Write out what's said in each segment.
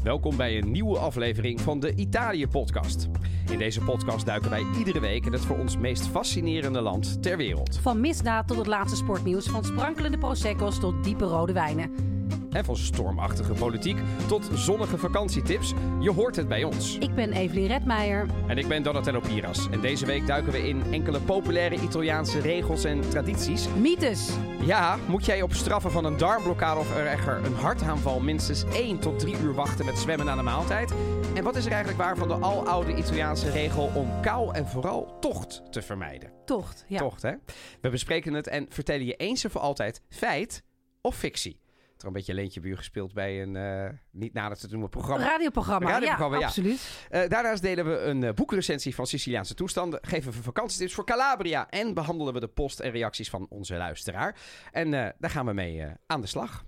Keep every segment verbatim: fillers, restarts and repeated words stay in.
Welkom bij een nieuwe aflevering van de Italië-podcast. In deze podcast duiken wij iedere week in het voor ons meest fascinerende land ter wereld. Van misdaad tot het laatste sportnieuws, van sprankelende prosecco's tot diepe rode wijnen. En van stormachtige politiek tot zonnige vakantietips. Je hoort het bij ons. Ik ben Evelien Redmeijer. En ik ben Donatello Piras. En deze week duiken we in enkele populaire Italiaanse regels en tradities. Mythes. Ja, moet jij op straffen van een darmblokkade of erger een hartaanval minstens één tot drie uur wachten met zwemmen na de maaltijd? En wat is er eigenlijk waar van de aloude Italiaanse regel om kou en vooral tocht te vermijden? Tocht, ja. Tocht, hè? We bespreken het en vertellen je eens en voor altijd feit of fictie. Er een beetje Leentje Buur gespeeld bij een uh, niet nader te noemen programma. Radioprogramma, Radioprogramma ja, ja, absoluut. Uh, daarnaast delen we een uh, boekrecensie van Siciliaanse toestanden, geven we vakantietips voor Calabria en behandelen we de post en reacties van onze luisteraar. En uh, daar gaan we mee uh, aan de slag.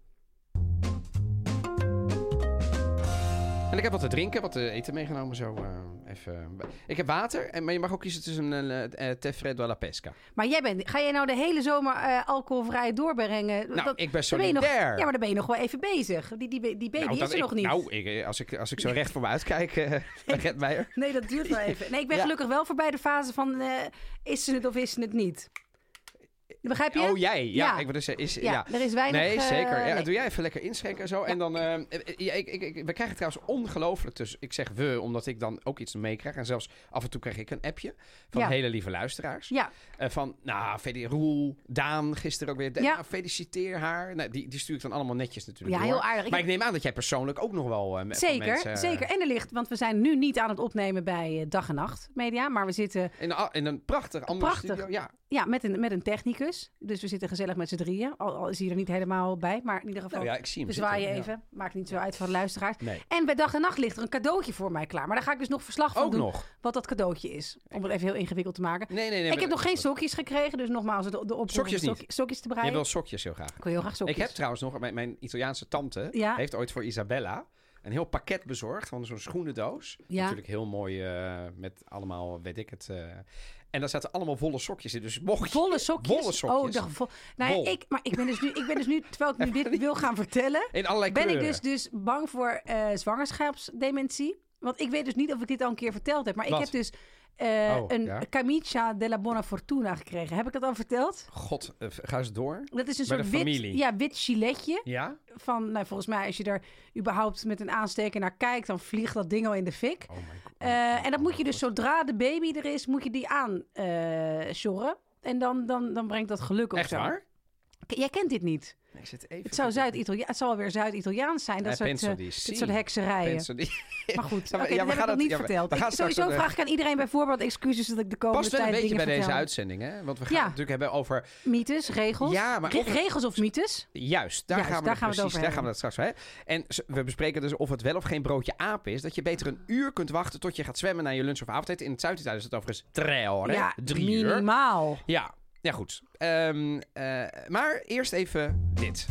En ik heb wat te drinken, wat te eten meegenomen. Zo, uh, even. Ik heb water, en, maar je mag ook kiezen tussen een uh, tè freddo alla pesca. Maar jij bent, ga jij nou de hele zomer uh, alcoholvrij doorbrengen? Nou, dat, ik ben solidair. solidair. Nog, ja, maar dan ben je nog wel even bezig. Die, die, die baby nou, is er ik, nog niet. Nou, ik, als, ik, als ik zo recht voor me uitkijk, uh, Redmeijer. Nee, dat duurt wel even. Nee, ik ben ja. gelukkig wel voorbij de fase van uh, is ze het of is ze het niet. Begrijp je? Oh, jij? Ja, ja. ik wil dus is, ja, ja. er is weinig... Nee, zeker. Ja, nee. Doe jij even lekker inschenken en zo. Ja. En dan... Uh, ja, ik, ik, ik, we krijgen trouwens ongelooflijk... Dus ik zeg we, omdat ik dan ook iets meekrijg. En zelfs af en toe krijg ik een appje van ja. hele lieve luisteraars. Ja. Uh, van, nou, Roel, Daan, gisteren ook weer. Ja. Nou, feliciteer haar. Nou, die, die stuur ik dan allemaal netjes natuurlijk Ja, door. heel aardig. Maar ik neem aan dat jij persoonlijk ook nog wel... Uh, zeker, mensen, uh, zeker. En er ligt... Want we zijn nu niet aan het opnemen bij uh, Dag en Nacht Media. Maar we zitten... In een, in een prachtig andere prachtig. studio. Ja, ja met, een, met een technicus. Dus we zitten gezellig met z'n drieën. Al, al is hij er niet helemaal bij. Maar in ieder geval, nou ja, ik zie hem we zwaaien zitten, even. Ja. Maakt niet zo uit voor de luisteraars. Nee. En bij Dag en Nacht ligt er een cadeautje voor mij klaar. Maar daar ga ik dus nog verslag van ook doen. Nog. Wat dat cadeautje is. Om het even heel ingewikkeld te maken. Nee, nee, nee. Ik heb nog geen sokjes gekregen. Dus nogmaals, de, de oproep sokjes om niet. sok, sokjes te breien. Je wil sokjes heel graag. Ik wil heel graag sokjes. Ik heb trouwens nog... Mijn, mijn Italiaanse tante ja? heeft ooit voor Isabella... een heel pakket bezorgd van zo'n schoenendoos. Ja. Natuurlijk heel mooi uh, met allemaal, weet ik het... Uh, en daar zaten allemaal volle sokjes in. Dus mocht je... Volle sokjes? Volle sokjes. Oh, dacht, vol... nou, ja, ik, maar ik ben, dus nu, ik ben dus nu, terwijl ik nu dit wil gaan vertellen... In allerlei ben kleuren. ik dus, dus bang voor uh, zwangerschapsdementie. Want ik weet dus niet of ik dit al een keer verteld heb. Maar Wat? ik heb dus uh, oh, een ja? camicia della buona fortuna gekregen. Heb ik dat al verteld? God, uh, ga eens door. Dat is een Bij soort de wit, familie. ja, wit giletje. Ja? Van, nou, volgens mij, als je er überhaupt met een aansteker naar kijkt... dan vliegt dat ding al in de fik. Oh my God. Uh, en dat moet je dus, zodra de baby er is, moet je die aan uh, sjorren. En dan, dan, dan brengt dat geluk of Echt zo. Waar? Jij kent dit niet. Ik zit even het, zou Zuid-Italia- het zal weer Zuid-Italiaans zijn. Dat eh, soort, uh, dit soort hekserijen. Maar goed, ja, okay, ja, dat heb ik nog niet ja, verteld. Ik, sowieso vraag ik aan iedereen bij voorbeeld excuses... dat ik de komende tijd tijd dingen dingen Past wel een beetje bij vertel. deze uitzending, hè? Want we gaan ja. het natuurlijk hebben over... Mythes, regels. Ja, maar Re- over... Regels of mythes? Juist, daar Juist, gaan we, daar gaan precies, we het over daar gaan we het straks over hebben. En we bespreken dus of het wel of geen broodje aap is. Dat je beter een uur kunt wachten tot je gaat zwemmen naar je lunch of avondetijd. In het Zuid-Italië is het overigens tre ore, ja, drie minimaal. uur. Minimaal. Ja, ja goed. Um, uh, maar eerst even dit.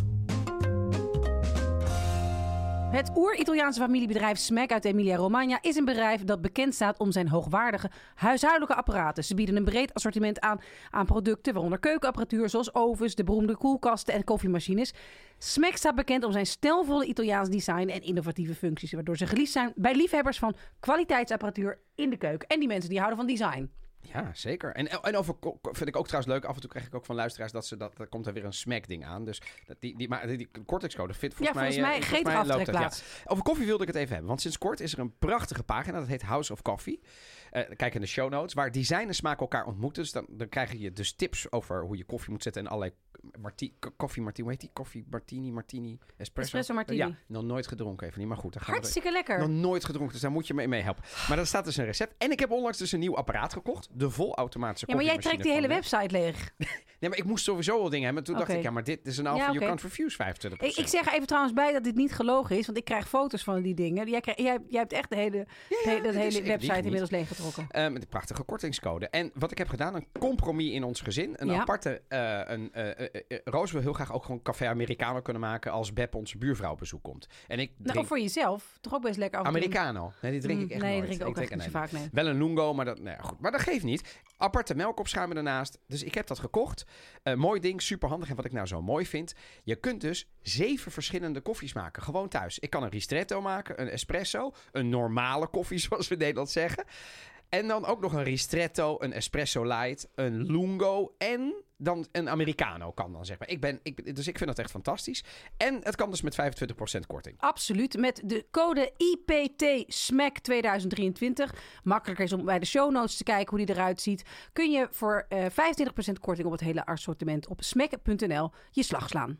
Het oer-Italiaanse familiebedrijf Smeg uit Emilia-Romagna is een bedrijf dat bekend staat om zijn hoogwaardige huishoudelijke apparaten. Ze bieden een breed assortiment aan aan producten, waaronder keukenapparatuur zoals ovens, de beroemde koelkasten en koffiemachines. Smeg staat bekend om zijn stijlvolle Italiaans design en innovatieve functies, waardoor ze geliefd zijn bij liefhebbers van kwaliteitsapparatuur in de keuken. En die mensen die houden van design. Ja, zeker. En, en over vind ik ook trouwens leuk. Af en toe krijg ik ook van luisteraars dat ze dat er komt er weer een Smeg-ding aan. Dus dat die, die, maar die, die kortingscode fit volgens ja, mij. Volgens mij uh, geen aftrekplaats. Ja. Over koffie wilde ik het even hebben. Want sinds kort is er een prachtige pagina. Dat heet House of Coffee. Uh, kijk in de show notes. Waar design en smaak elkaar ontmoeten. Dus dan, dan krijg je dus tips over hoe je koffie moet zetten. En allerlei marti- koffie martini. Hoe heet die? Koffie martini, martini, espresso. Espresso martini. Ja, nog nooit gedronken even niet. Maar goed. Hartstikke we, lekker. Nog nooit gedronken. Dus daar moet je mee, mee helpen. Maar er staat dus een recept. En ik heb onlangs dus een nieuw apparaat gekocht. De volautomatische Ja, maar jij trekt die hele website leeg. Nee, maar ik moest sowieso wel dingen hebben. Toen okay. dacht ik, ja, maar dit is een alpha. Ja, okay. You can't refuse vijfentwintig procent. Ik, ik zeg er even trouwens bij dat dit niet gelogen is. Want ik krijg foto's van die dingen. Jij, krijg, jij, jij hebt echt de hele, ja, ja, de, de hele website inmiddels leeggetrokken. Uh, met een prachtige kortingscode. En wat ik heb gedaan, een compromis in ons gezin. Een ja. aparte uh, een, uh, uh, uh, Roos wil heel graag ook gewoon café Americano kunnen maken als Beb onze buurvrouw op bezoek komt. En ik drink... Nou, voor jezelf. Toch ook best lekker af en toe. Americano. Nee, die drink ik echt nee, nooit. Nee, die drink ik ook ik echt niet zo vaak, nee. Wel een lungo, maar dat, nou ja, goed. Maar dat geeft niet. Aparte melkopschuimen ernaast. Dus ik heb dat gekocht. Uh, mooi ding, super handig. En wat ik nou zo mooi vind. Je kunt dus zeven verschillende koffies maken. Gewoon thuis. Ik kan een ristretto maken, een espresso, een normale koffie zoals we in Nederland zeggen. En dan ook nog een ristretto, een espresso light, een lungo en dan een Americano kan dan, zeg maar. Ik ben, ik, dus ik vind dat echt fantastisch. En het kan dus met vijfentwintig procent korting. Absoluut. Met de code I P T S M E C tweeduizend drieëntwintig. Makkelijker is om bij de show notes te kijken hoe die eruit ziet. Kun je voor uh, vijfentwintig procent korting op het hele assortiment op smek punt n l je slag slaan.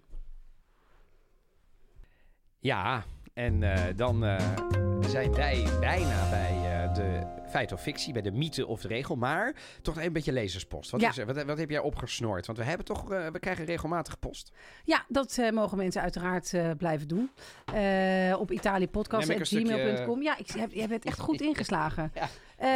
Ja, en uh, dan uh, zijn wij bijna bij uh, de feit of fictie, bij de mythe of de regel. Maar toch een beetje lezerspost. Wat, ja. is, wat, wat heb jij opgesnoord? Want we hebben toch, uh, we krijgen regelmatig post. Ja, dat uh, mogen mensen uiteraard uh, blijven doen. Uh, op italiapodcast punt gmail punt com. Stukje... Ja, ik heb, je hebt het echt goed ingeslagen. Ja,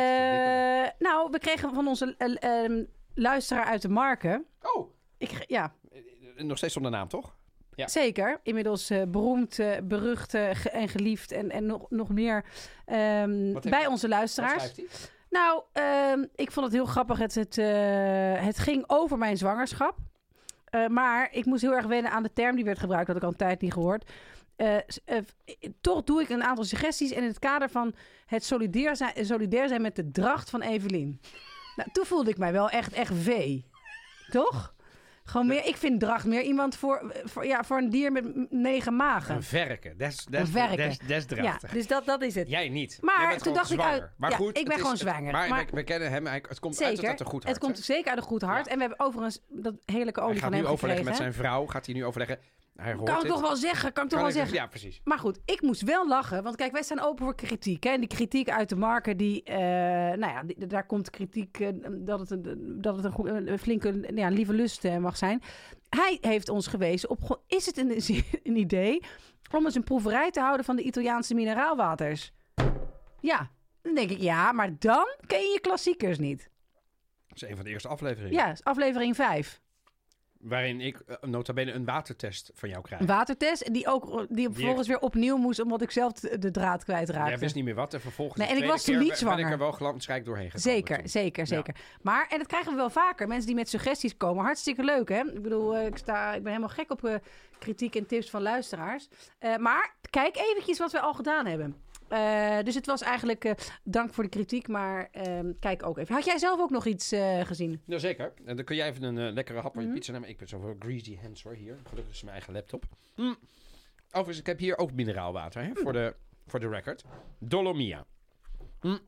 uh, nou, we kregen van onze uh, uh, luisteraar uit de Marken. Oh! Ik, ja. Nog steeds zonder naam, toch? Ja. Zeker. Inmiddels uh, beroemd, uh, berucht uh, ge- en geliefd en, en nog, nog meer um, bij je, onze luisteraars. Wat schrijft hij? Nou, uh, ik vond het heel grappig. Het, het, uh, het ging over mijn zwangerschap. Uh, maar ik moest heel erg wennen aan de term die werd gebruikt. Dat had ik al een tijd niet gehoord. Uh, uh, toch doe ik een aantal suggesties. En in het kader van het solidair zijn, solidair zijn met de dracht van Evelien. Nou, toen voelde ik mij wel echt, echt vee. Toch? Gewoon meer, ik vind dracht meer iemand voor, voor, ja, voor een dier met negen magen. Een verken. Des, des, een verken. Des, des drachtig. Ja, dus dat, dat is het. Jij niet. Maar toen dacht zwanger. ik uit... Maar ja, goed, ik ben het gewoon is, zwanger. Maar, maar we, we kennen hem. Het komt zeker, uit, uit een goed hart. Het komt hè? zeker uit een goed hart. Ja. En we hebben overigens dat heerlijke olie hij van hem hem overleggen gekregen. Met zijn vrouw gaat hij nu overleggen. Hij hoort kan ik dit. toch wel zeggen, kan ik toch kan wel ik, zeggen. Ja, precies. Maar goed, ik moest wel lachen. Want kijk, wij staan open voor kritiek. Hè? En die kritiek uit de marken, die, uh, nou ja, die, daar komt kritiek uh, dat het een, dat het een, goed, een flinke, ja, lieve lust uh, mag zijn. Hij heeft ons gewezen op, is het een, een idee om eens een proeverij te houden van de Italiaanse mineraalwaters? Ja, dan denk ik, ja, maar dan ken je je klassiekers niet. Dat is een van de eerste afleveringen. Ja, aflevering vijf. Waarin ik uh, nota bene een watertest van jou krijg. Een watertest, die ook die vervolgens weer opnieuw moest, omdat ik zelf de, de draad kwijtraakte. Jij wist niet meer wat en vervolgens nee, de en ik was toen niet zwanger. ben ik er wel glansrijk doorheen gegaan. Zeker, toen. zeker, zeker. Ja. Maar, en dat krijgen we wel vaker, mensen die met suggesties komen. Hartstikke leuk, hè? Ik bedoel, ik, sta, ik ben helemaal gek op uh, kritiek en tips van luisteraars. Uh, maar kijk eventjes wat we al gedaan hebben. Uh, dus het was eigenlijk uh, dank voor de kritiek, maar uh, kijk ook even. Had jij zelf ook nog iets uh, gezien? Jazeker. En dan kun jij even een uh, lekkere hap van je mm-hmm. pizza nemen. Ik ben zoveel greasy hands hoor, hier. Gelukkig is mijn eigen laptop. Mm. Overigens, ik heb hier ook mineraalwater, hè, mm. voor, de, voor de record. Dolomia. Mm.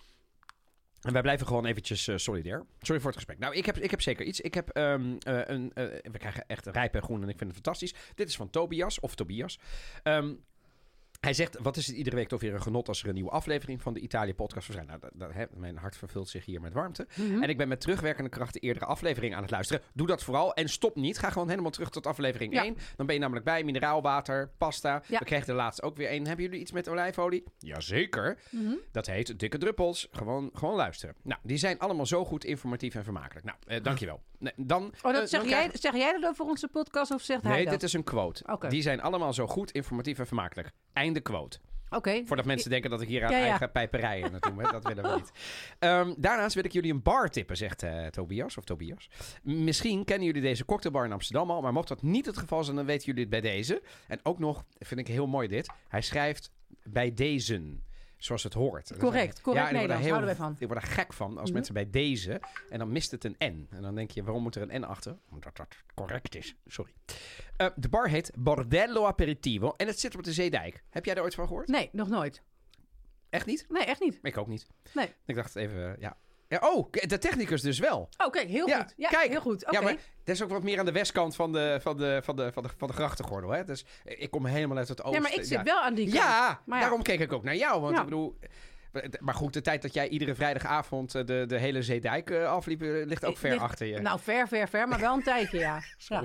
En wij blijven gewoon eventjes uh, solidair. Sorry voor het gesprek. Nou, ik heb, ik heb zeker iets. Ik heb um, uh, een... Uh, we krijgen echt rijp en groen en ik vind het fantastisch. Dit is van Tobias, of Tobias. Um, Hij zegt, wat is het iedere week toch weer een genot als er een nieuwe aflevering van de Italië-podcast verschijnt. Nou, dat, dat, he, mijn hart vervult zich hier met warmte. Mm-hmm. En ik ben met terugwerkende kracht de eerdere aflevering aan het luisteren. Doe dat vooral en stop niet. Ga gewoon helemaal terug tot aflevering ja. één. Dan ben je namelijk bij mineraalwater, pasta. Ja. We kregen er laatst ook weer één. Hebben jullie iets met olijfolie? Jazeker. Mm-hmm. Dat heet Dikke Druppels. Gewoon, gewoon luisteren. Nou, die zijn allemaal zo goed, informatief en vermakelijk. Nou, eh, dankjewel. Nee, dan, oh, dat uh, zeg, dan jij, krijg... zeg jij dat over onze podcast of zegt nee, hij dat? Nee, dit is een quote. Okay. Die zijn allemaal zo goed, informatief en vermakelijk. Einde quote. Okay. Voordat mensen denken dat ik hier aan ja, ja. eigen pijperijen naartoe ben. Dat willen we niet. Um, daarnaast wil ik jullie een bar tippen, zegt uh, Tobias. Of Tobias. Misschien kennen jullie deze cocktailbar in Amsterdam al. Maar mocht dat niet het geval zijn, dan weten jullie het bij deze. En ook nog, vind ik heel mooi dit. Hij schrijft bij deze. Zoals het hoort. Correct, correct ja, Nederlands, houden wij van. Ik word er gek van als mm-hmm. mensen bij deze... en dan mist het een N. En dan denk je, waarom moet er een N achter? Omdat dat correct is. Sorry. Uh, de bar heet Bordello Aperitivo en het zit op de Zeedijk. Heb jij daar ooit van gehoord? Nee, nog nooit. Echt niet? Nee, echt niet. Ik ook niet. Nee. Ik dacht even, uh, ja... Ja, oh, de technicus dus wel. Oké, okay, heel ja, goed. Ja, kijk. heel goed. Okay. Ja, maar er is ook wat meer aan de westkant van de, van de, van de, van de, van de grachtengordel. Hè? Dus ik kom helemaal uit het oosten. Ja, maar ik zit ja. wel aan die kant. Ja, maar ja, daarom keek ik ook naar jou. Want ja. ik bedoel... Maar goed, de tijd dat jij iedere vrijdagavond de, de hele Zeedijk uh, afliep, ligt ook ver ligt, achter je. Nou, ver, ver, ver, maar wel een tijdje, ja. Sorry. Ja.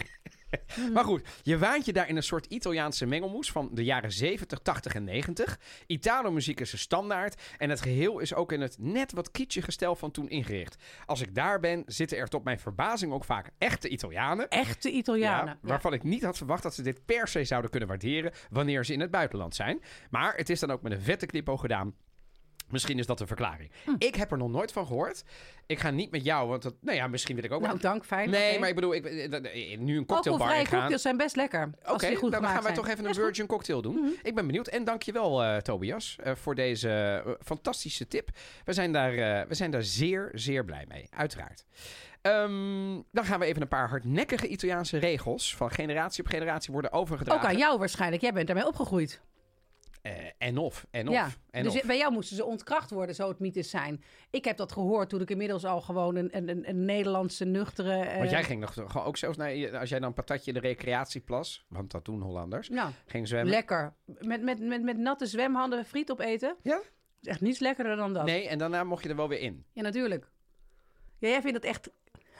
Maar goed, je waant je daar in een soort Italiaanse mengelmoes van de jaren zeventig, tachtig en negentig. Italo-muziek is een standaard en het geheel is ook in het net wat kitschige stijl van toen ingericht. Als ik daar ben, zitten er tot mijn verbazing ook vaak echte Italianen. Echte Italianen. Ja, waarvan ja. ik niet had verwacht dat ze dit per se zouden kunnen waarderen wanneer ze in het buitenland zijn. Maar het is dan ook met een vette knipoog gedaan. Misschien is dat de verklaring. Hm. Ik heb er nog nooit van gehoord. Ik ga niet met jou, want dat, nou ja, misschien wil ik ook Nou, wel. dank, fijn. Nee, okay. maar ik bedoel, ik, nu een cocktailbar gaan. gaan. Cocktails zijn best lekker. Oké, okay, nou, dan gaan wij zijn. toch even een ja, virgin cocktail doen. Mm-hmm. Ik ben benieuwd. En dankjewel, uh, Tobias, uh, voor deze uh, fantastische tip. We zijn, daar, uh, we zijn daar zeer, zeer blij mee. Uiteraard. Um, dan gaan we even een paar hardnekkige Italiaanse regels van generatie op generatie worden overgedragen. Ook aan jou waarschijnlijk. Jij bent daarmee opgegroeid. Uh, en of, en ja, of. En dus of. bij jou moesten ze ontkracht worden, zo het mythes zijn. Ik heb dat gehoord toen ik inmiddels al gewoon een, een, een Nederlandse nuchtere... Uh... Want jij ging nog gewoon ook zelfs naar... Als jij dan patatje in de recreatieplas, want dat doen Hollanders, nou, ging zwemmen. Lekker. Met, met, met, met natte zwemhanden friet opeten. Ja? Is echt niets lekkerder dan dat. Nee, en daarna mocht je er wel weer in. Ja, natuurlijk. Ja, jij vindt dat echt...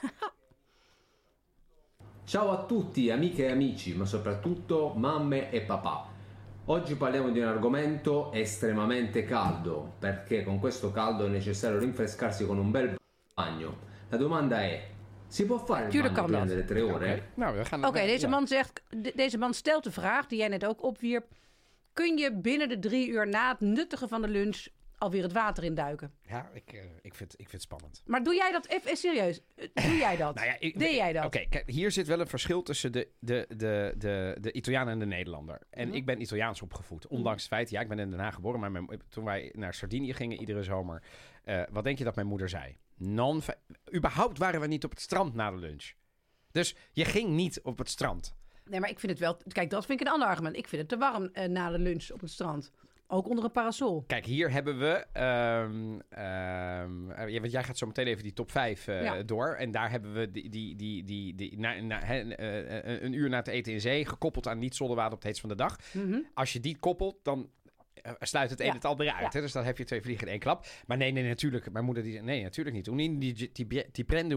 Ciao a tutti, amiche e amici, ma soprattutto mamme e papà. Oggi parliamo di un argomento estremamente caldo, perché con questo caldo è necessario rinfrescarsi con un bel bagno. La domanda è, si può fare il bagno prima delle tre ore? Okay. Nou, we gaan Oké, okay, deze, man zegt, de, deze man stelt de vraag, die jij net ook opwierp. Kun je binnen de drie uur na het nuttigen van de lunch alweer het water induiken? Ja, ik, uh, ik, vind, ik vind het spannend. Maar doe jij dat, even serieus, doe jij dat? nou ja, ik, Deed jij dat? Oké, okay, hier zit wel een verschil tussen de, de, de, de, de Italiaan en de Nederlander. En mm-hmm. ik ben Italiaans opgevoed. Ondanks het feit, ja, ik ben in Den Haag geboren, maar mijn, toen wij naar Sardinië gingen iedere zomer, uh, wat denk je dat mijn moeder zei? Non, überhaupt waren we niet op het strand na de lunch. Dus je ging niet op het strand. Nee, maar ik vind het wel... Kijk, dat vind ik een ander argument. Ik vind het te warm uh, na de lunch op het strand. Ook onder een parasol. Kijk, hier hebben we... Um, um, ja, want jij gaat zo meteen even die top vijf uh, ja. door. En daar hebben we die, die, die, die, die, na, na, he, uh, een uur na het eten in zee... gekoppeld aan niet zonnewater op het heetst van de dag. Mm-hmm. Als je die koppelt, dan... sluit het een ja. het andere uit. Ja. Hè? Dus dan heb je twee vliegen in één klap. Maar nee, nee, natuurlijk. Mijn moeder die zei, nee, natuurlijk niet. Ti prende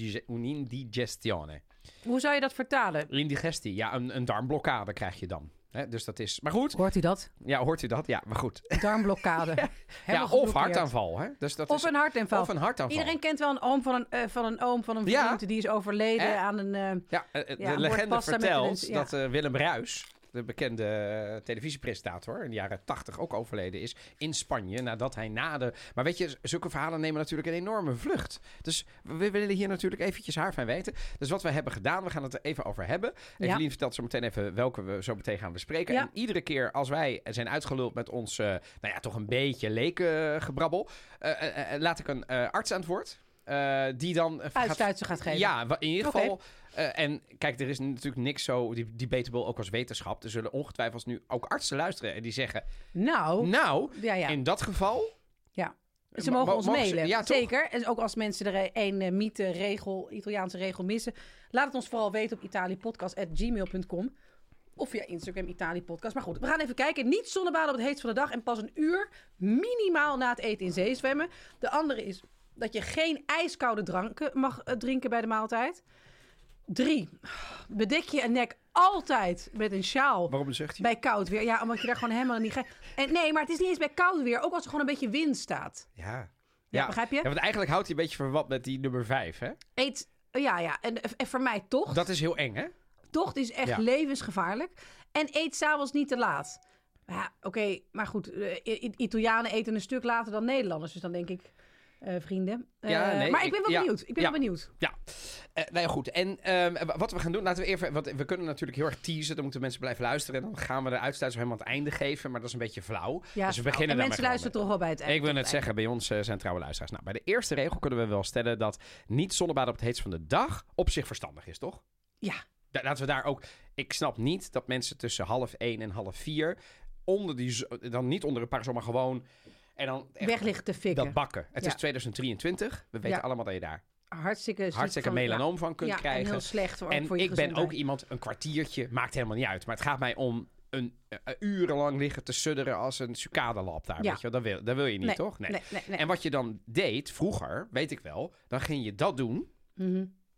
un'indigestione. Hoe zou je dat vertalen? Indigestie. Ja, een, een darmblokkade krijg je dan. Hè? Dus dat is... Maar goed. Hoort u dat? Ja, hoort u dat? Ja, maar goed. Darmblokkade. ja, ja of hartaanval. Hè? Dus dat of is, een hartaanval. Of een hartaanval. Iedereen kent wel een oom van een, uh, van een oom van een vriend ja. die is overleden eh? aan een... Uh, ja, uh, de ja, legende vertelt ja. dat uh, Willem Ruijs... de bekende televisiepresentator, in de jaren tachtig ook overleden is, in Spanje, nadat hij na de... Maar weet je, zulke verhalen nemen natuurlijk een enorme vlucht. Dus we willen hier natuurlijk eventjes haar van weten. Dus wat we hebben gedaan, we gaan het er even over hebben. Evelien ja. vertelt zo meteen even welke we zo meteen gaan bespreken. Ja. En iedere keer als wij zijn uitgeluld met ons, uh, nou ja, toch een beetje lekengebrabbel, uh, uh, uh, laat ik een uh, arts aan het woord. Uh, die dan... Uh, Uitsluitsel gaat, gaat geven. Ja, in ieder geval... Okay. Uh, en kijk, er is natuurlijk niks zo debatable ook als wetenschap. Er zullen ongetwijfeld nu ook artsen luisteren en die zeggen... Nou, nou ja, ja. in dat geval... Ja, ze mogen ons mailen. Ja, zeker. En ook als mensen er een uh, mythe, regel, Italiaanse regel missen. Laat het ons vooral weten op italiapodcast at gmail dot com. Of via Instagram italiapodcast. Maar goed, we gaan even kijken. Niet zonnebaden op het heetst van de dag. En pas een uur minimaal na het eten in zee zwemmen. De andere is dat je geen ijskoude dranken mag uh, drinken bij de maaltijd. Drie, bedek je een nek altijd met een sjaal. Waarom zegt hij? Bij koud weer. Ja, omdat je daar gewoon helemaal niet... Ge- en nee, maar het is niet eens bij koud weer. Ook als er gewoon een beetje wind staat. Ja. Ja, ja. Begrijp je? Ja, want eigenlijk houdt hij een beetje verwant met die nummer vijf, hè? Eet, ja, ja. En, en voor mij toch. Dat is heel eng, hè? Tocht is echt ja. levensgevaarlijk. En eet s'avonds niet te laat. Ja, oké. Okay, maar goed, uh, Italianen eten een stuk later dan Nederlanders. Dus dan denk ik... Uh, vrienden. Uh, ja, nee, maar ik ben wel ja, benieuwd. Ik ben ja, wel benieuwd. Ja, uh, nou ja, goed. En uh, wat we gaan doen, laten we even... Want we kunnen natuurlijk heel erg teasen. Dan moeten mensen blijven luisteren. En dan gaan we de uitsluitsel helemaal aan het einde geven. Maar dat is een beetje flauw. Ja, dus we beginnen en mensen luisteren toch wel bij het einde. Ik wil net zeggen, bij ons uh, zijn trouwe luisteraars. Nou, bij de eerste regel kunnen we wel stellen dat niet zonnebaden op het heetst van de dag op zich verstandig is, toch? Ja. Da- laten we daar ook... Ik snap niet dat mensen tussen half één en half vier... onder die... dan niet onder een parasol, maar gewoon... En dan weg ligt te fikken. Dat bakken. Het ja. is tweeduizend drieëntwintig. We weten ja. allemaal dat je daar hartstikke, hartstikke van, melanoom ja. van kunt ja, krijgen. En heel slecht voor, en voor je ik gezondheid. ben ook iemand, een kwartiertje maakt helemaal niet uit. Maar het gaat mij om een, een urenlang liggen te sudderen als een cicadelap daar. Ja. Weet je wel? Dat, wil, dat wil je niet, nee, toch? Nee. Nee, nee, nee. En wat je dan deed vroeger, weet ik wel, dan ging je dat doen. Mm-hmm.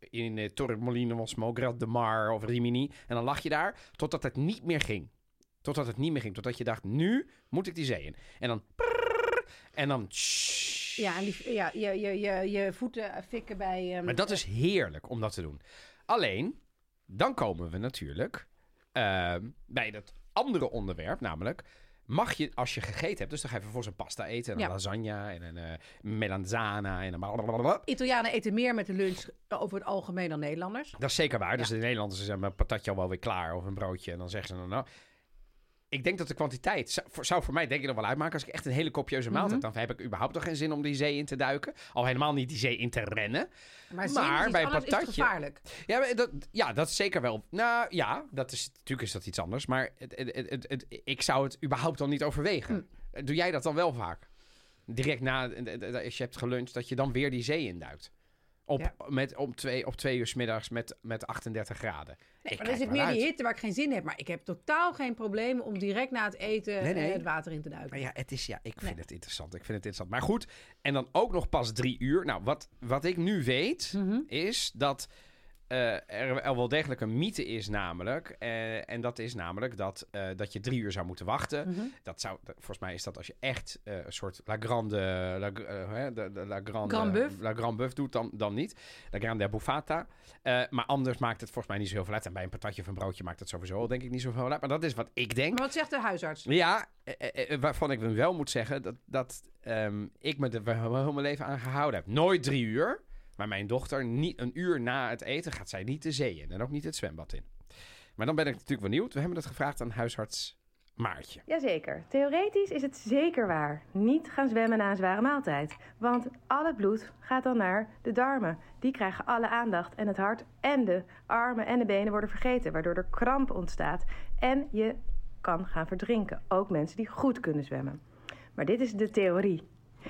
in uh, Torremolinos, Mograt de Mar of Rimini. En dan lag je daar totdat het niet meer ging. Totdat het niet meer ging. Totdat je dacht, nu moet ik die zee in. En dan... Prrr, en dan... Shh. Ja, en die, ja je, je, je, je voeten fikken bij... Um, maar dat is heerlijk om dat te doen. Alleen, dan komen we natuurlijk uh, bij dat andere onderwerp, namelijk... Mag je, als je gegeten hebt, dus dan ga je vervolgens een pasta eten... en een ja. lasagne en een uh, melanzana en een... Blablabla. Italianen eten meer met de lunch over het algemeen dan Nederlanders. Dat is zeker waar. Ja. Dus de Nederlanders zeggen mijn patatje al wel weer klaar of een broodje. En dan zeggen ze dan nou... Ik denk dat de kwantiteit zou, zou voor mij denk ik nog wel uitmaken... als ik echt een hele kopieuze maaltijd... Mm-hmm. dan heb ik überhaupt nog geen zin om die zee in te duiken. Al helemaal niet die zee in te rennen. Maar, maar bij een patatje... is het gevaarlijk. Ja, dat, ja, dat is zeker wel... Nou ja, dat is, natuurlijk is dat iets anders. Maar het, het, het, het, het, ik zou het überhaupt dan niet overwegen. Mm. Doe jij dat dan wel vaak? Direct na, als je hebt geluncht... dat je dan weer die zee induikt. Op, ja. met, om twee, op twee uur 's middags met, met achtendertig graden. Nee, maar dan is het meer uit. Die hitte waar ik geen zin in heb. Maar ik heb totaal geen probleem om direct na het eten nee, nee. het water in te duiken. Maar ja, het is, ja, ik vind nee. het interessant. Ik vind het interessant. Maar goed, en dan ook nog pas drie uur. Nou, wat, wat ik nu weet, mm-hmm. is dat uh, er, er wel degelijk een mythe is namelijk. Uh, en dat is namelijk dat, uh, dat je drie uur zou moeten wachten. Mm-hmm. Dat zou, volgens mij is dat als je echt uh, een soort La Grande, La, uh, de, de, La Grande, Grand Buff. La Grand Buff doet, dan, dan niet. La Grande Buffata. Uh, maar anders maakt het volgens mij niet zo heel veel uit. En bij een patatje of een broodje maakt het sowieso denk ik niet zoveel uit. Maar dat is wat ik denk. Maar wat zegt de huisarts? Ja, uh, uh, waarvan ik wel moet zeggen dat, dat um, ik me er wel heel mijn leven aan gehouden heb. Nooit drie uur. Maar mijn dochter, niet een uur na het eten, gaat zij niet de zee in. En ook niet het zwembad in. Maar dan ben ik natuurlijk benieuwd. We hebben het gevraagd aan huisarts Maartje. Jazeker. Theoretisch is het zeker waar. Niet gaan zwemmen na een zware maaltijd. Want al het bloed gaat dan naar de darmen. Die krijgen alle aandacht. En het hart en de armen en de benen worden vergeten. Waardoor er kramp ontstaat. En je kan gaan verdrinken. Ook mensen die goed kunnen zwemmen. Maar dit is de theorie.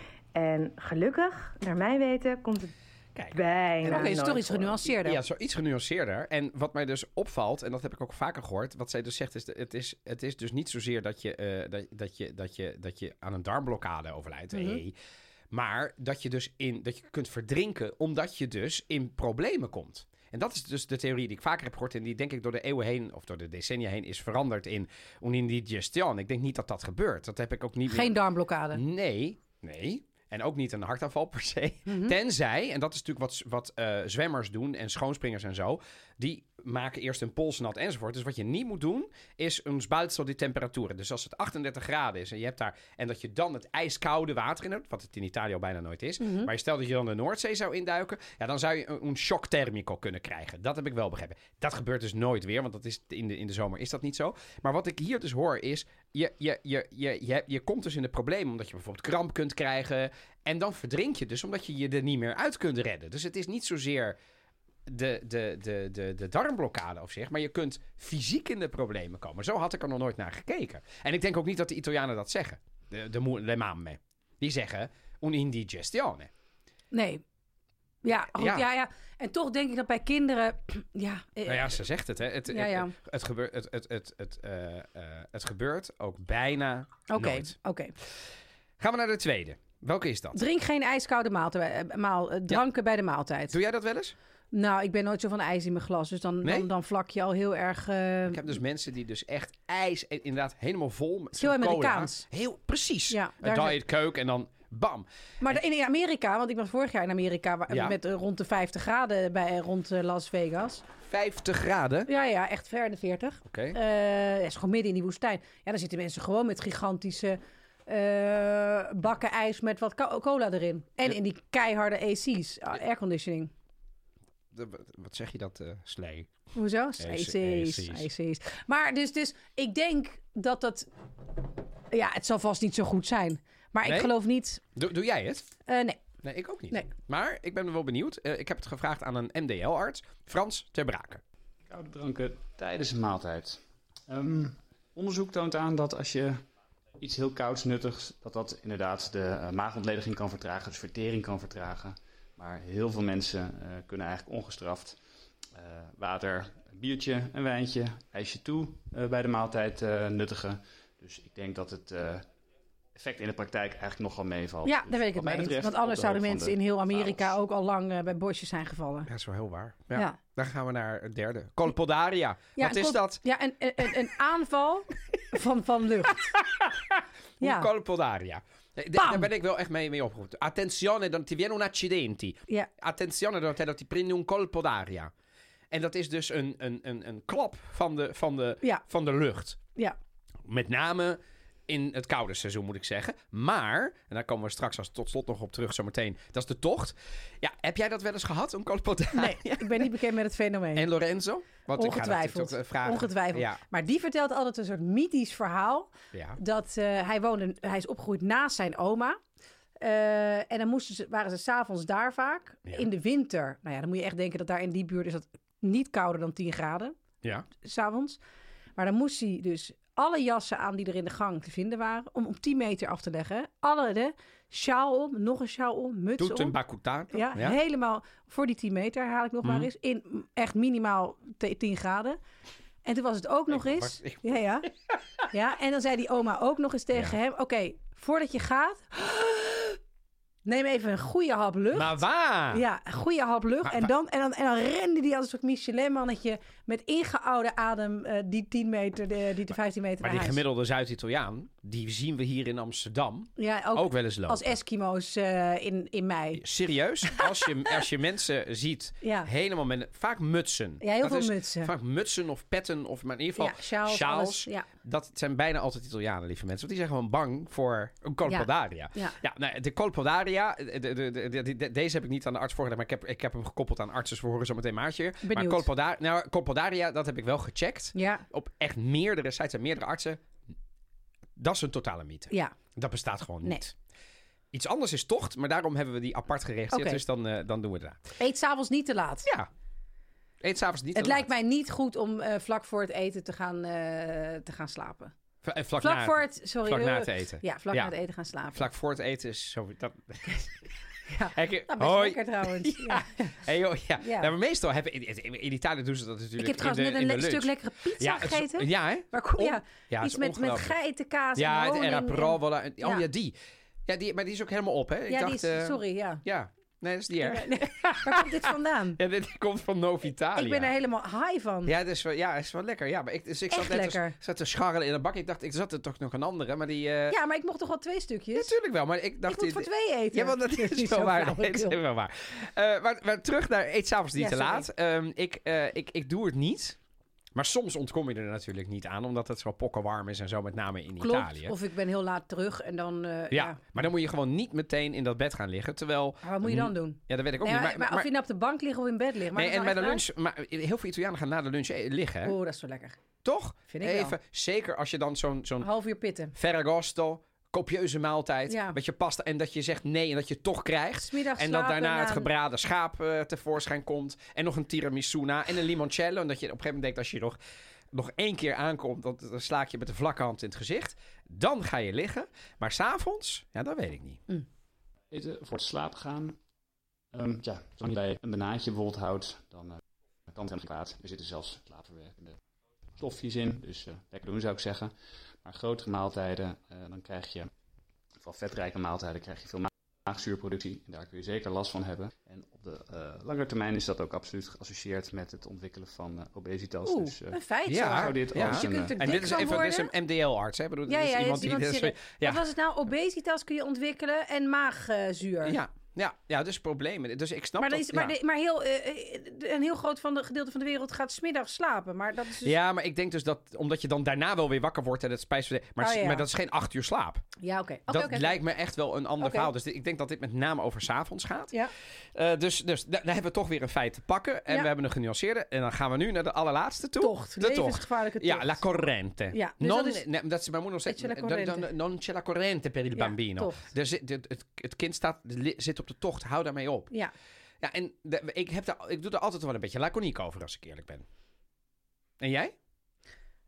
En gelukkig, naar mijn weten, komt het... Kijk, bijna Oké, okay, is toch iets genuanceerder. Ja, zo iets genuanceerder. En wat mij dus opvalt, en dat heb ik ook vaker gehoord, wat zij dus zegt, is: het is, het is dus niet zozeer dat je, uh, dat, dat, je, dat, je, dat je aan een darmblokkade overlijdt. Mm-hmm. Hey, maar dat je dus in, dat je kunt verdrinken, omdat je dus in problemen komt. En dat is dus de theorie die ik vaker heb gehoord en die denk ik door de eeuwen heen, of door de decennia heen, is veranderd in unindigestion. Ik denk niet dat dat gebeurt. Dat heb ik ook niet Geen meer... darmblokkade? Nee, nee. En ook niet een hartaanval per se. Mm-hmm. Tenzij, en dat is natuurlijk wat, wat uh, zwemmers doen en schoonspringers en zo, die maken eerst een pols nat enzovoort. Dus wat je niet moet doen, is een sbalzo di temperatuur. Dus als het achtendertig graden is en je hebt daar, en dat je dan het ijskoude water in hebt, wat het in Italië al bijna nooit is. Mm-hmm. Maar stel dat je dan de Noordzee zou induiken, ja, dan zou je een, een shock thermico kunnen krijgen. Dat heb ik wel begrepen. Dat gebeurt dus nooit weer, want dat is in, de, in de zomer is dat niet zo. Maar wat ik hier dus hoor is, je, je, je, je, je, je komt dus in de problemen omdat je bijvoorbeeld kramp kunt krijgen. En dan verdrink je dus omdat je je er niet meer uit kunt redden. Dus het is niet zozeer de, de, de, de, de darmblokkade op zich, maar je kunt fysiek in de problemen komen. Zo had ik er nog nooit naar gekeken. En ik denk ook niet dat de Italianen dat zeggen. De, de le mamme. Die zeggen un'indigestione. Nee. Ja, goed, ja. ja, ja. En toch denk ik dat bij kinderen... ja, eh, nou ja, ze zegt het, hè. Het, ja, ja. het, het, gebeurt, het, het, het, het, uh, uh, het gebeurt ook bijna okay, nooit. Oké, okay. Gaan we naar de tweede. Welke is dat? Drink geen ijskoude maaltijd, maal, dranken ja. bij de maaltijd. Doe jij dat wel eens? Nou, ik ben nooit zo van ijs in mijn glas. Dus dan, nee? dan, dan vlak je al heel erg... Uh... Ik heb dus mensen die dus echt ijs... inderdaad helemaal vol met heel Amerikaans. Cola. Heel precies. Ja, een diet coke en dan bam. Maar en... in Amerika, want ik was vorig jaar in Amerika... Ja. met uh, rond de vijftig graden bij, rond uh, Las Vegas. vijftig graden? Ja, ja, echt ver de veertig. Oké. Okay. Uh, ja, is gewoon midden in die woestijn. Ja, dan zitten mensen gewoon met gigantische... Uh, bakken ijs met wat cola erin. En ja. in die keiharde A C's, uh, airconditioning. De, wat zeg je dat, uh, slee? Hoezo? A C's. A C's. Maar dus, dus ik denk dat dat... Ja, het zal vast niet zo goed zijn. Maar nee? ik geloof niet... Doe, doe jij het? Uh, nee. Nee, ik ook niet. Nee. Maar ik ben wel benieuwd. Uh, ik heb het gevraagd aan een M D L-arts. Frans ter Brake. Koude dranken tijdens een maaltijd. Um, onderzoek toont aan dat als je... iets heel kouds, nuttigs, dat dat inderdaad de uh, maagontlediging kan vertragen, dus vertering kan vertragen. Maar heel veel mensen uh, kunnen eigenlijk ongestraft uh, water, een biertje, een wijntje, ijsje toe uh, bij de maaltijd uh, nuttigen. Dus ik denk dat het uh, effect in de praktijk eigenlijk nogal meevalt. Ja, Dus daar weet ik het wat mij mee eens. betreft Want op anders de zouden hoogte mensen van in de heel Amerika faals. ook al lang uh, bij bosjes zijn gevallen. Ja, dat is wel heel waar. Ja. Ja. Dan gaan we naar het derde. Colpodaria. Ja, Wat een is kol- dat? Ja, een, een, een- een aanval van, van lucht. Un Ja. colpodaria. Eh, d- Bam! Daar ben ik wel echt mee, mee opgeroepen. Attenzione, dan ti viene un accidente. Ja. Attenzione, dan dat ti prendi un colpo d'aria. En dat is dus een, een, een, een klap van de, van, de, Ja. van de lucht. Ja. Met name in het koude seizoen, moet ik zeggen. Maar, en daar komen we straks als tot slot nog op terug zometeen. Dat is de tocht. Ja, heb jij dat wel eens gehad, een colpo d'aria? Nee, ik ben niet bekend met het fenomeen. En Lorenzo? Want ik ga Ongetwijfeld. natuurlijk tot, eh, vragen. Ongetwijfeld. Ja, Maar die vertelt altijd een soort mythisch verhaal. ja. Dat eh, hij woonde, hij is opgegroeid naast zijn oma. Eh, en dan moesten ze, waren ze s'avonds daar vaak. Ja. In de winter. Nou ja, dan moet je echt denken dat daar in die buurt is dat niet kouder dan tien graden. ja. S'avonds. Maar dan moest hij dus alle jassen aan die er in de gang te vinden waren. Om op tien meter af te leggen. Hè. Alle de sjaal om, nog een sjaal om, muts Doet een om. bakutato. Ja, helemaal voor die tien meter herhaal ik nog Mhm. maar eens. In echt minimaal te- tien graden. En toen was het ook nog Ik- eens... wacht, ik- Ja, ja. Ja, en dan zei die oma ook nog eens tegen Ja. hem... Oké, voordat je gaat... Neem even een goede hap lucht. Maar waar? Ja, een goede hap lucht. Maar- en, maar- dan, en, dan, en dan rende die als een soort Michelin-mannetje... met ingeoude adem eh, die tien meter, de, die de vijftien meter Maar naar die huis. gemiddelde Zuid-Italiaan, die zien we hier in Amsterdam Ja, ook, ook wel eens lopen. als Eskimo's eh, in, in mei. Serieus? Als je, als je mensen ziet, Ja. helemaal met... Vaak mutsen. Ja, heel Dat veel is mutsen. Vaak mutsen of petten, of maar in ieder geval Ja, sjaals, sjaals. alles. Ja. Dat zijn bijna altijd Italianen, lieve mensen. Want die zijn gewoon bang voor een colpodaria. Ja. Ja, nou, de colpodaria, de, de, de, de- de- deze heb ik niet aan de arts voorgedaan, maar ik heb, ik heb hem gekoppeld aan artsen, dus we horen zo meteen Maartje weer. Maar Benieuwd. colpodaria, nou, colpodaria, dat heb ik wel gecheckt. Ja, Op echt meerdere sites en meerdere artsen. Dat is een totale mythe. ja. Dat bestaat gewoon Nee. niet. Iets anders is tocht, maar daarom hebben we die apart geregistreerd. Oké. Dus dan, eh, dan doen we dat. Eet s'avonds niet te laat. Ja. Eet s'avonds niet Het te lijkt laat. mij niet goed om eh, vlak voor het eten te gaan, eh, te gaan slapen. V- eh, Vlak, Vlak na, voor het... Sorry. vlak na eh, het eten. Ja, vlak Ja. na het eten gaan slapen. Vlak voor het eten is zo... Dat... Ja. Heb je- Nou, best Hoi. lekker trouwens. Ja. Hey, joh, ja. Ja. Nou, maar meestal hebben... In, in, in Italië doen ze dat natuurlijk Ik heb trouwens in net de, een in de le- stuk lunch. lekkere pizza het is- gegeten. Ja, hè? Maar ko- On- ja, ja, iets het is met, met ongelooflijk. geitenkaas Ja, en het honing. era en- provola. Oh Ja. ja, die. Ja, die. Maar die is ook helemaal op, hè? Ik Ja, dacht, die is... eh, Sorry, ja. Ja. Nee, dat is niet erg. Nee, waar komt dit vandaan? Ja, dit komt van Novitalia. Ik ben er helemaal high van. Ja, dat is wel, ja, is wel lekker. Ja, maar ik, dus ik zat Echt net lekker. als- zat te scharrelen in een bak. Ik dacht, ik zat er toch nog een andere, maar die... eh Ja, maar ik mocht toch wel twee stukjes? Natuurlijk wel, maar ik dacht... ik moet die- voor twee eten. Ja, want dat is Niet wel zo waar. Dat flauwekul. is wel waar. Eh, maar, maar terug naar eet s'avonds niet Ja, te sorry. laat. Ehm, ik, eh, ik, ik doe het niet. Maar soms ontkom je er natuurlijk niet aan, omdat het zo pokkenwarm is en zo, met name in Klopt. Italië. Of ik ben heel laat terug en dan... eh, ja, ja. maar dan moet je gewoon niet meteen in dat bed gaan liggen, terwijl... Maar wat moet je dan doen? Ja, dat weet ik ook Nee, niet. maar, maar of je nou op de bank ligt of in bed ligt. Maar nee, en bij de lunch... Maar heel veel Italianen gaan na de lunch eh, liggen, hè? Oh, dat is zo lekker. Toch? Vind ik Even, wel. zeker als je dan zo'n zo'n Een half uur pitten. Ferragosto, copieuze maaltijd, Ja. met je pasta, en dat je zegt nee en dat je het toch krijgt. 's middags En dat slapen daarna na het een- gebraden schaap eh, tevoorschijn komt. En nog een tiramisu na. En een limoncello. En dat je op een gegeven moment denkt, als je nog, nog één keer aankomt, dan, dan sla ik je met de vlakke hand in het gezicht. Dan ga je liggen. Maar s'avonds, ja, dat weet ik niet. Eten voor het slapen gaan. Um, ja, zolang je bij een banaantje bijvoorbeeld houdt, dan uh, kan het helemaal niet kwaad. Er zitten zelfs slaapverwerkende stofjes in, dus uh, lekker doen zou ik zeggen. Maar grotere maaltijden, uh, dan krijg je, vooral vetrijke maaltijden, krijg je veel maagzuurproductie. En daar kun je zeker last van hebben. En op de uh, lange termijn is dat ook absoluut geassocieerd met het ontwikkelen van uh, obesitas. Oeh, dus, uh, een feit Ja, zo. zou dit ja. als Je een, kunt uh, er En dik dit is van even dit is worden. een M D L-arts, hè? Ik bedoel, dit Ja, is ja, iemand is die... iemand dit is- serieus. ja. Wat was het nou? Obesitas kun je ontwikkelen en maagzuur. Ja, ja, ja, dus problemen. Dus ik snap Maar, dat. dat is, ja. maar, de- maar heel, eh, eh, een heel groot van de, gedeelte van de wereld gaat 's middags slapen. Maar dat is dus... Ja, maar ik denk dus dat, omdat je dan daarna wel weer wakker wordt en het spijsvertering... Maar, Oh, ja. maar dat is geen acht uur slaap. Ja, oké. Oké, Dat oké, lijkt me echt wel een ander Oké. verhaal. Dus dit- ik denk dat dit met name over 's avonds gaat. Ja. Uh, dus dus da- daar hebben we toch weer een feit te pakken. En Ja. we hebben een genuanceerde. En dan gaan we nu naar de allerlaatste toe. Tocht. De tocht. Levensgevaarlijke tocht. Ja, la corrente. Ja, dus non, dat is- nee, dat is mijn moeder nog steeds. C'è la non- corrente. non- Non c'è la corrente per il Ja, bambino. tocht. Er zit, het, het, het kind staat, li- zit op de tocht. Hou daarmee op. Ja. Ja, en de- ik, heb daar, ik doe er altijd wel een beetje laconiek over, als ik eerlijk ben. En jij?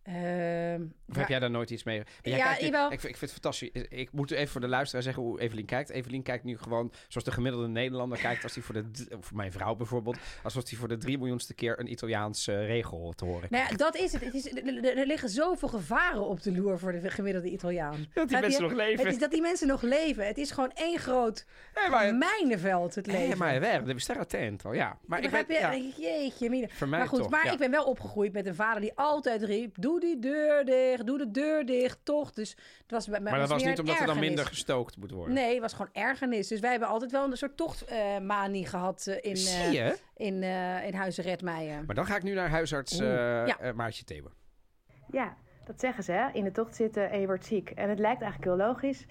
Uh, of ja. heb jij daar nooit iets mee? Jij ja, nu, wel. Ik, ik vind het fantastisch. Ik moet even voor de luisteraar zeggen hoe Evelien kijkt. Evelien kijkt nu gewoon zoals de gemiddelde Nederlander kijkt als hij voor de, voor mijn vrouw bijvoorbeeld, alsof hij voor de drie miljoenste keer een Italiaans uh, regel te horen krijgt. Nou ja, dat is het. het is, er, er liggen zoveel gevaren op de loer voor de gemiddelde Italiaan. Dat die heb mensen je, nog leven. Het is dat die mensen nog leven. Het is gewoon één groot nee, maar, mijnenveld, het leven. Nee, maar ver, devi stare attento. Ja, maar ik ben, ben, ja. Jeetje, mine. Voor mij maar goed, toch, maar ja. ik ben wel opgegroeid met een vader die altijd riep, doe die deur dicht, doe de deur dicht, toch. Dus het was bij mij. Maar dat was, was niet omdat ergernis. er dan minder gestookt moet worden. Nee, het was gewoon ergernis. Dus wij hebben altijd wel een soort tochtmanie uh, gehad uh, in, Zie je? Uh, in, uh, in Huizen Redmeijer. Maar dan ga ik nu naar huisarts uh, ja. uh, Maartje Theeuwen. Ja, dat zeggen ze, hè? In de tocht zitten en je wordt ziek. En het lijkt eigenlijk heel logisch.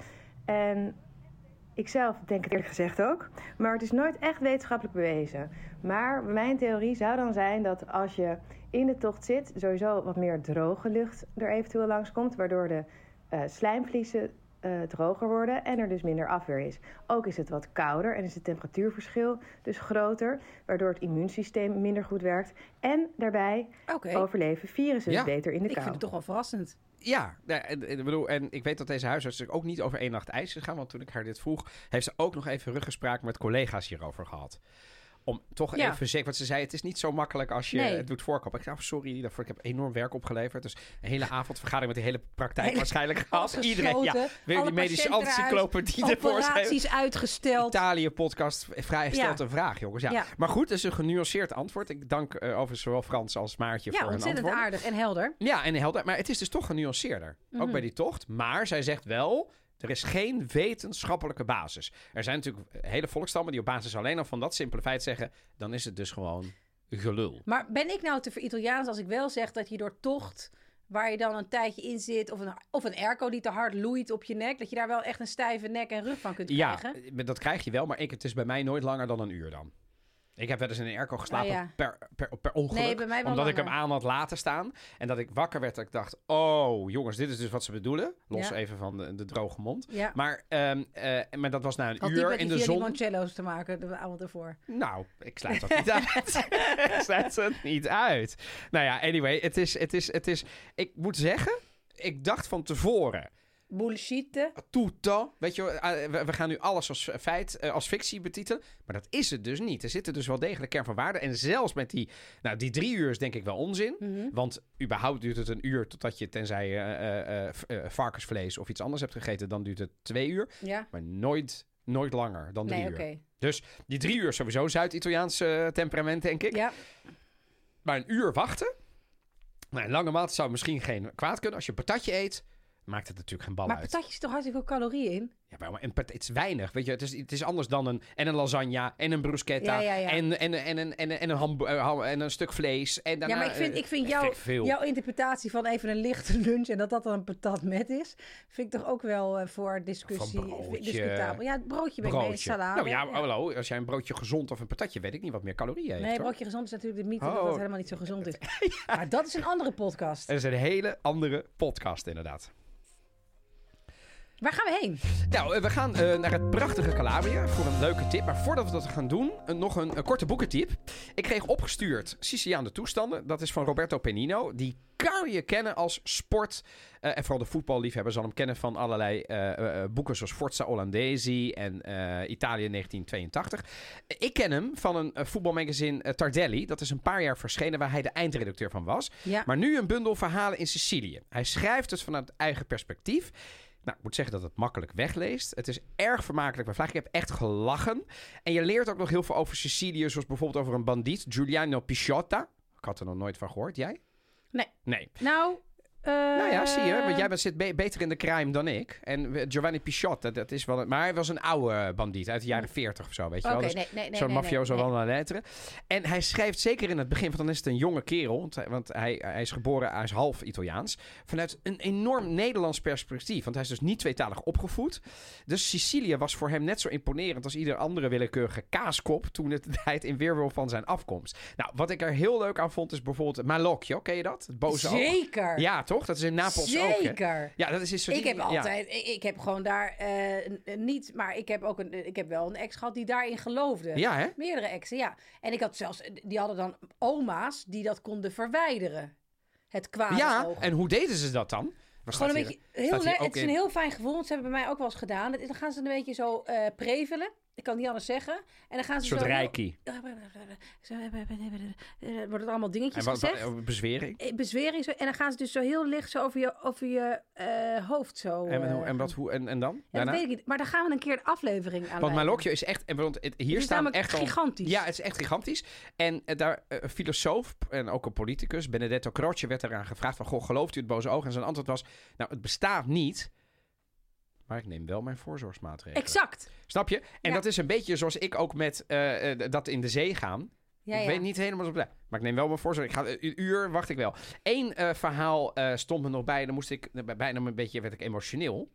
En ik zelf denk het eerlijk gezegd ook. Maar het is nooit echt wetenschappelijk bewezen. Maar mijn theorie zou dan zijn dat als je in de tocht zit, sowieso wat meer droge lucht er eventueel langskomt, waardoor de uh, slijmvliezen uh, droger worden en er dus minder afweer is. Ook is het wat kouder en is het temperatuurverschil dus groter, waardoor het immuunsysteem minder goed werkt. En daarbij okay. overleven virussen ja. beter in de kou. Ik vind het toch wel verrassend. Ja, en, en, bedoel, en ik weet dat deze huisarts ook niet over één nacht ijs is gegaan. Want toen ik haar dit vroeg, heeft ze ook nog even ruggespraak met collega's hierover gehad. Om toch ja. even zeker, want ze zei, het is niet zo makkelijk als je nee. het doet voorkomen. Ik dacht, oh, sorry, daarvoor, ik heb enorm werk opgeleverd. Dus een hele avondvergadering met de hele praktijk hele, waarschijnlijk gehad. Iedereen, ja, weer die medische encyclopedie ervoor zijn. Operaties uitgesteld. Italië-podcast, vrij stelt ja. een vraag, jongens. Ja. Ja. Maar goed, dat is een genuanceerd antwoord. Ik dank uh, overigens zowel Frans als Maartje ja, voor hun antwoord. Ja, ontzettend aardig en helder. Ja, en helder. Maar het is dus toch genuanceerder. Mm-hmm. Ook bij die tocht. Maar zij zegt wel, er is geen wetenschappelijke basis. Er zijn natuurlijk hele volkstammen die op basis alleen al van dat simpele feit zeggen, dan is het dus gewoon gelul. Maar ben ik nou te ver-Italiaans als ik wel zeg dat je door tocht, waar je dan een tijdje in zit, of een, of een airco die te hard loeit op je nek, dat je daar wel echt een stijve nek en rug van kunt krijgen? Ja, dat krijg je wel, maar ik, het is bij mij nooit langer dan een uur dan. Ik heb wel eens in een airco geslapen ah, ja. per, per, per ongeluk. Nee, bij mij wel omdat langer. ik hem aan had laten staan. En dat ik wakker werd dat ik dacht, oh jongens, dit is dus wat ze bedoelen. Los ja. even van de, de droge mond. Ja. Maar, um, uh, maar dat was na een had uur die in de zon. Had die limoncello's te maken de avond ervoor? Nou, ik sluit dat niet uit. ik sluit het niet uit. Nou ja, anyway, het is, het is, het is... Ik moet zeggen, ik dacht van tevoren, bullshit. Tutto. Weet je, we gaan nu alles als feit, als fictie betitelen. Maar dat is het dus niet. Er zitten dus wel degelijk kern van waarde. En zelfs met die, nou, die drie uur is denk ik wel onzin. Mm-hmm. Want überhaupt duurt het een uur totdat je, tenzij je uh, uh, uh, varkensvlees of iets anders hebt gegeten, dan duurt het twee uur. Ja. Maar nooit, nooit langer dan drie nee, uur. Okay. Dus die drie uur sowieso Zuid-Italiaanse uh, temperament, denk ik. Ja. Maar een uur wachten. Nou, een lange maat zou misschien geen kwaad kunnen. Als je een patatje eet, maakt het natuurlijk geen bal maar uit. Maar patatjes toch hartstikke veel calorieën in? Ja, maar een pat- het is weinig. Weet je, het is, het is anders dan een, en een lasagne en een bruschetta ja, ja, ja. En, en, en, en, en, en, een hamb- uh, en een stuk vlees. En daarna, ja, maar ik vind, ik vind, jou, jouw interpretatie van even een lichte lunch en dat dat dan een patat met is, vind ik toch ook wel uh, voor discussie discutabel. Ja, het broodje ben ik mee, salade. Nou ja, ja, hallo, als jij een broodje gezond of een patatje, weet ik niet wat meer calorieën heeft. Nee, hoor. broodje gezond is natuurlijk de mythe oh. dat het helemaal niet zo gezond is. ja. Maar dat is een andere podcast. Dat is een hele andere podcast, inderdaad. Waar gaan we heen? Nou, we gaan uh, naar het prachtige Calabria voor een leuke tip. Maar voordat we dat gaan doen, uh, nog een, een korte boekentip. Ik kreeg opgestuurd Siciliaanse toestanden. Dat is van Roberto Penino. Die kan je kennen als sport. Uh, en vooral de voetballiefhebber zal hem kennen van allerlei uh, uh, boeken zoals Forza Olandesi en uh, Italië negentien tweeëntachtig. Ik ken hem van een uh, voetbalmagazine uh, Tardelli. Dat is een paar jaar verschenen waar hij de eindredacteur van was. Ja. Maar nu een bundel verhalen in Sicilië. Hij schrijft dus vanuit eigen perspectief. Nou, ik moet zeggen dat het makkelijk wegleest. Het is erg vermakelijk bij vraag. Ik heb echt gelachen. En je leert ook nog heel veel over Sicilië. Zoals bijvoorbeeld over een bandiet, Giuliano Pisciotta. Ik had er nog nooit van gehoord. Jij? Nee. Nee. Nou... Uh... Nou ja, zie je. Want jij zit be- beter in de crime dan ik. En Giovanni Pisciotta, dat is wel... Een, maar hij was een oude bandiet uit de jaren veertig of zo, weet je okay, wel. Dus nee, nee, nee, zo'n nee, mafioso nee, nee. wel naar letteren. En hij schrijft zeker in het begin, want dan is het een jonge kerel. Want, want hij, hij is geboren, hij is half Italiaans. Vanuit een enorm Nederlands perspectief. Want hij is dus niet tweetalig opgevoed. Dus Sicilië was voor hem net zo imponerend als ieder andere willekeurige kaaskop toen het tijd in weerwil van zijn afkomst. Nou, wat ik er heel leuk aan vond is bijvoorbeeld Malocchio. Ken je dat? Het boze oog. Zeker. Ja, toch? Dat is in Napels. Zeker. Ook, ja, dat is een soort... Ik heb ja. altijd, ik, ik heb gewoon daar uh, niet, maar ik heb ook een, ik heb wel een ex gehad die daarin geloofde. Ja, hè? Meerdere exen, ja. En ik had zelfs, die hadden dan oma's die dat konden verwijderen. het kwade Ja, oog. en hoe deden ze dat dan? Waar Gewoon staat een hier? beetje, heel Staat hier le- ook het is in? een heel fijn gevoel, want ze hebben bij mij ook wel eens gedaan. Dat is- Dan gaan ze een beetje zo uh, prevelen. Ik kan niet anders zeggen. En dan gaan ze Een soort zo... reiki. Er worden allemaal dingetjes En wat, gezegd. wat, bezwering? Eh, Bezwering. Zo, en dan gaan ze dus zo heel licht zo over je, over je uh, hoofd zo... En, uh, hoe- en, wat, hoe, en, en dan? ja, Daarna? dat weet ik niet. Maar daar gaan we een keer een aflevering aan Want wijden. Malocchio is echt... En, want het, hier Het is staan namelijk echt al, gigantisch. Ja, het is echt gigantisch. En uh, daar, uh, een filosoof en ook een politicus, Benedetto Croce, werd eraan gevraagd van... Goh, gelooft u het boze oog? En zijn antwoord was... Nou, het bestaat niet... Maar ik neem wel mijn voorzorgsmaatregelen. Exact. Snap je? En Ja. dat is een beetje zoals ik ook met uh, uh, dat in de zee gaan. Ja, ik ja. weet niet helemaal op de... Maar ik neem wel mijn voorzorg. Ik ga een uur, wacht ik wel. Eén uh, verhaal uh, stond me nog bij. Dan moest ik bijna een beetje, werd ik emotioneel.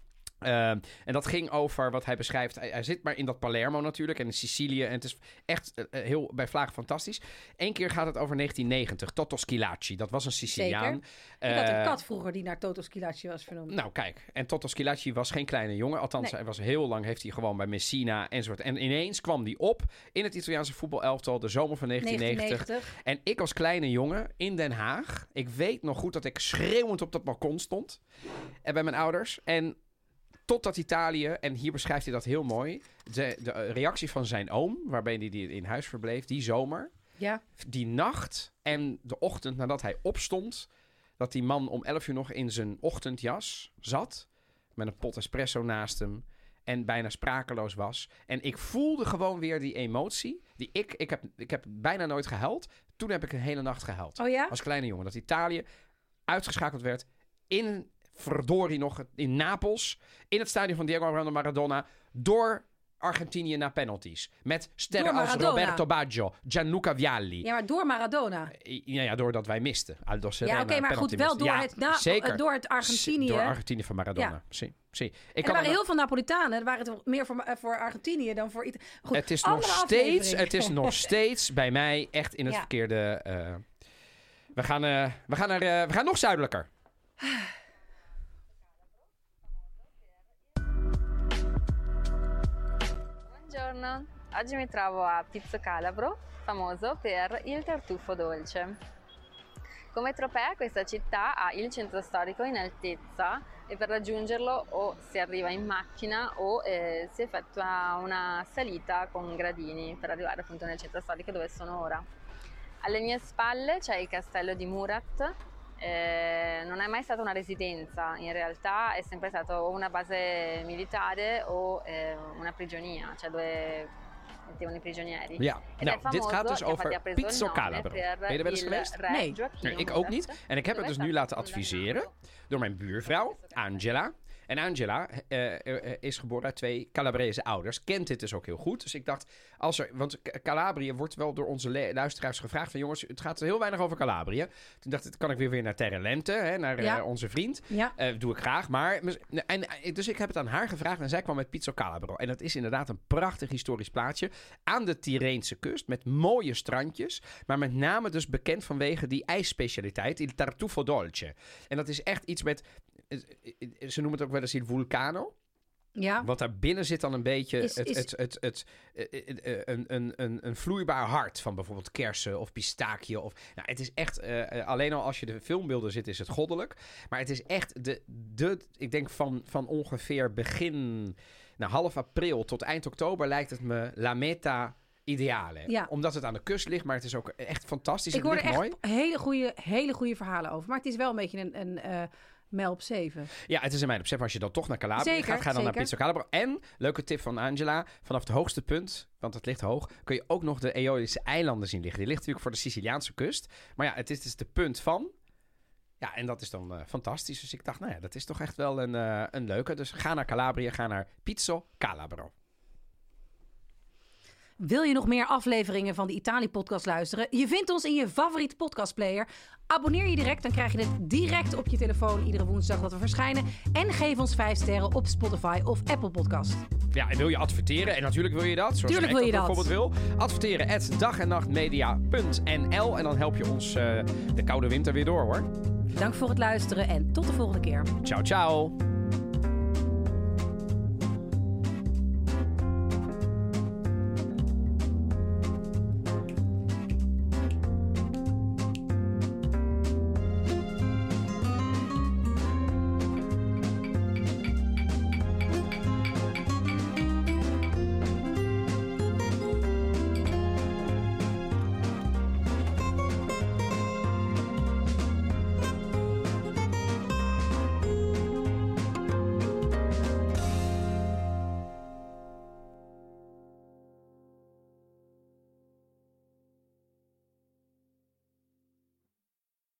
Uh, en dat ging over wat hij beschrijft. Hij, hij zit maar in dat Palermo natuurlijk en in Sicilië. En het is echt uh, heel bij vlagen fantastisch. Eén keer gaat het over negentien negentig. Toto Schillaci, dat was een Siciliaan. Zeker. Ik had een Uh, kat vroeger die naar Toto Schillaci was vernoemd. nou, kijk. En Toto Schillaci was geen kleine jongen. Althans, Nee. hij was heel lang, heeft hij gewoon bij Messina enzovoort. En ineens kwam die op in het Italiaanse voetbalelftal de zomer van negentien negentig. negentien negentig. En ik als kleine jongen in Den Haag. Ik weet nog goed dat ik schreeuwend op dat balkon stond. En bij mijn ouders. En totdat Italië, en hier beschrijft hij dat heel mooi. De, de reactie van zijn oom, waarbij hij die in huis verbleef, die zomer. Ja. Die nacht en de ochtend nadat hij opstond, dat die man om elf uur nog in zijn ochtendjas zat, met een pot espresso naast hem en bijna sprakeloos was. En ik voelde gewoon weer die emotie, die ik, ik heb, ik heb bijna nooit gehuild. Toen heb ik een hele nacht gehuild. Oh ja? Als kleine jongen, dat Italië uitgeschakeld werd in, verdorie nog, in Napels, in het stadion van Diego Armando Maradona, door Argentinië naar penalties. Met sterren Door als Maradona. Roberto Baggio, Gianluca Vialli. Ja, maar door Maradona. Ja, ja, doordat wij misten. Aldo Serena, Ja, oké, maar goed, penalty wel misten. door Ja, het, na, zeker. door het Argentinië. Door Argentinië van Maradona. Ja. Zie, zie. Ik En er kan waren me- heel veel Napolitanen. Er waren het meer voor, eh, voor Argentinië dan voor Italië. Goed, het is andere nog steeds, aflevering. het is nog steeds bij mij echt in het Ja. verkeerde. Uh, we gaan, uh, we gaan naar, uh, we gaan nog zuidelijker. Buongiorno, oggi mi trovo a Pizzo Calabro, famoso per il tartufo dolce. Come Tropea questa città ha il centro storico in altezza e per raggiungerlo o si arriva in macchina o eh, si effettua una salita con gradini per arrivare appunto nel centro storico dove sono ora. Alle mie spalle c'è il castello di Murat. Eh, non è mai stata una residenza, in realtà è sempre stata o una base militare o eh, una prigionia, cioè dove mettevano i prigionieri. Ja, Ed nou, è dit famoso gaat dus che infatti over ha preso il Pizzo nome Calabro. per Ben je er wel eens il geweest? re Nee. Gioacchino Nee, ik ook Murat, niet. En ik heb het dove dus è nu stato laten adviseren condannato. door mijn buurvrouw, Angela. En Angela uh, uh, is geboren uit twee Calabrese ouders. Kent dit dus ook heel goed. Dus ik dacht, als er... Want Calabrië wordt wel door onze le- luisteraars gevraagd van... jongens, het gaat heel weinig over Calabrië. Toen dacht ik, kan ik weer weer naar Terre Lente, hè, naar uh, Ja. onze vriend. Ja. Uh, doe ik graag, maar... En, dus ik heb het aan haar gevraagd en zij kwam met Pizzo Calabro. En dat is inderdaad een prachtig historisch plaatsje aan de Tirreense kust met mooie strandjes. Maar met name dus bekend vanwege die ijsspecialiteit, il tartufo dolce. En dat is echt iets met... Ze noemen het ook wel eens il vulcano. Ja. Want daar binnen zit dan een beetje Is- het, is- het, het, het, eh, eh, een, een, een, een vloeibaar hart van bijvoorbeeld kersen of pistachio. Of, nou, het is echt, eh, alleen al als je de filmbeelden ziet is het goddelijk. Maar het is echt, de, de, ik denk van, van ongeveer begin, nou, half april tot eind oktober lijkt het me la meta ideale. Ja. Omdat het aan de kust ligt, maar het is ook echt fantastisch. Ik Het hoorde ligt echt mooi. hele goede, hele goede verhalen over. Maar het is wel een beetje een, een uh, mijl op zeven. Ja, het is een mijn opzet. Maar als je dan toch naar Calabrië Zeker, gaat, ga dan naar zeker. Pizzo Calabro. En, leuke tip van Angela, vanaf het hoogste punt, want het ligt hoog, kun je ook nog de Eolische eilanden zien liggen. Die ligt natuurlijk voor de Siciliaanse kust. Maar ja, het is dus de punt van. Ja, en dat is dan uh, fantastisch. Dus ik dacht, nou ja, dat is toch echt wel een, uh, een leuke. Dus ga naar Calabrië, ga naar Pizzo Calabro. Wil je nog meer afleveringen van de Italië-podcast luisteren? Je vindt ons in je favoriete podcastplayer. Abonneer je direct, dan krijg je het direct op je telefoon iedere woensdag dat we verschijnen. En geef ons vijf sterren op Spotify of Apple Podcast. Ja, en wil je adverteren? En natuurlijk wil je dat. Zoals Tuurlijk Mac wil je dat. bijvoorbeeld wil. Adverteren at dag en nacht media punt n l. En dan help je ons uh, de koude winter weer door, hoor. Dank voor het luisteren en tot de volgende keer. Ciao, ciao.